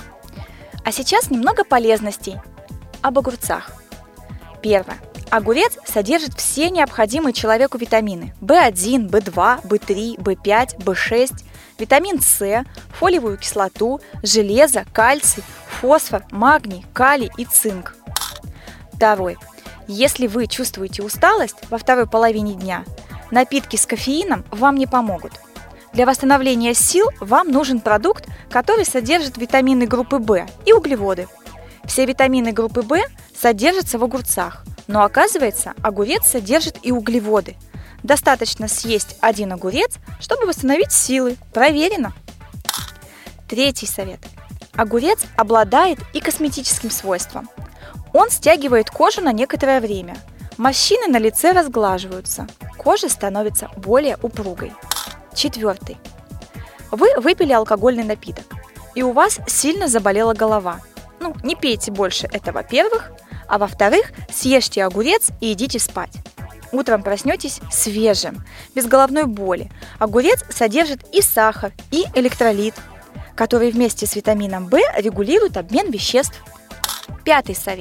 А сейчас немного полезностей об огурцах. Первое. Огурец содержит все необходимые человеку витамины: В1, В2, В3, В5, В6, витамин С, фолиевую кислоту, железо, кальций, фосфор, магний, калий и цинк. Второе. Если вы чувствуете усталость во второй половине дня, напитки с кофеином вам не помогут. Для восстановления сил вам нужен продукт, который содержит витамины группы В и углеводы. Все витамины группы В содержатся в огурцах, но оказывается, огурец содержит и углеводы. Достаточно съесть 1 огурец, чтобы восстановить силы. Проверено. Третий совет. Огурец обладает и косметическим свойством. Он стягивает кожу на некоторое время. Морщины на лице разглаживаются. Кожа становится более упругой. Четвертый. Вы выпили алкогольный напиток, и у вас сильно заболела голова. Не пейте больше, это во-первых. А во-вторых, съешьте огурец и идите спать. Утром проснетесь свежим, без головной боли. Огурец содержит и сахар, и электролит, который вместе с витамином В регулирует обмен веществ. Пятый совет.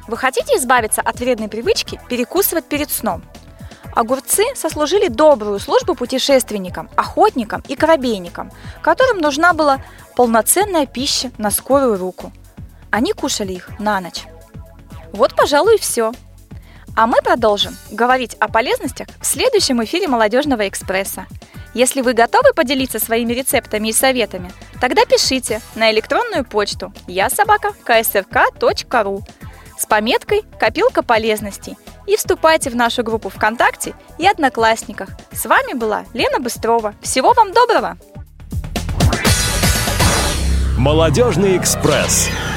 Вы хотите избавиться от вредной привычки перекусывать перед сном? Огурцы сослужили добрую службу путешественникам, охотникам и коробейникам, которым нужна была полноценная пища на скорую руку. Они кушали их на ночь. Вот, пожалуй, и все. А мы продолжим говорить о полезностях в следующем эфире «Молодежного экспресса». Если вы готовы поделиться своими рецептами и советами, тогда пишите на электронную почту yasobaka@ksrk.ru с пометкой «Копилка полезностей» и вступайте в нашу группу ВКонтакте и Одноклассниках. С вами была Лена Быстрова. Всего вам доброго! «Молодежный экспресс».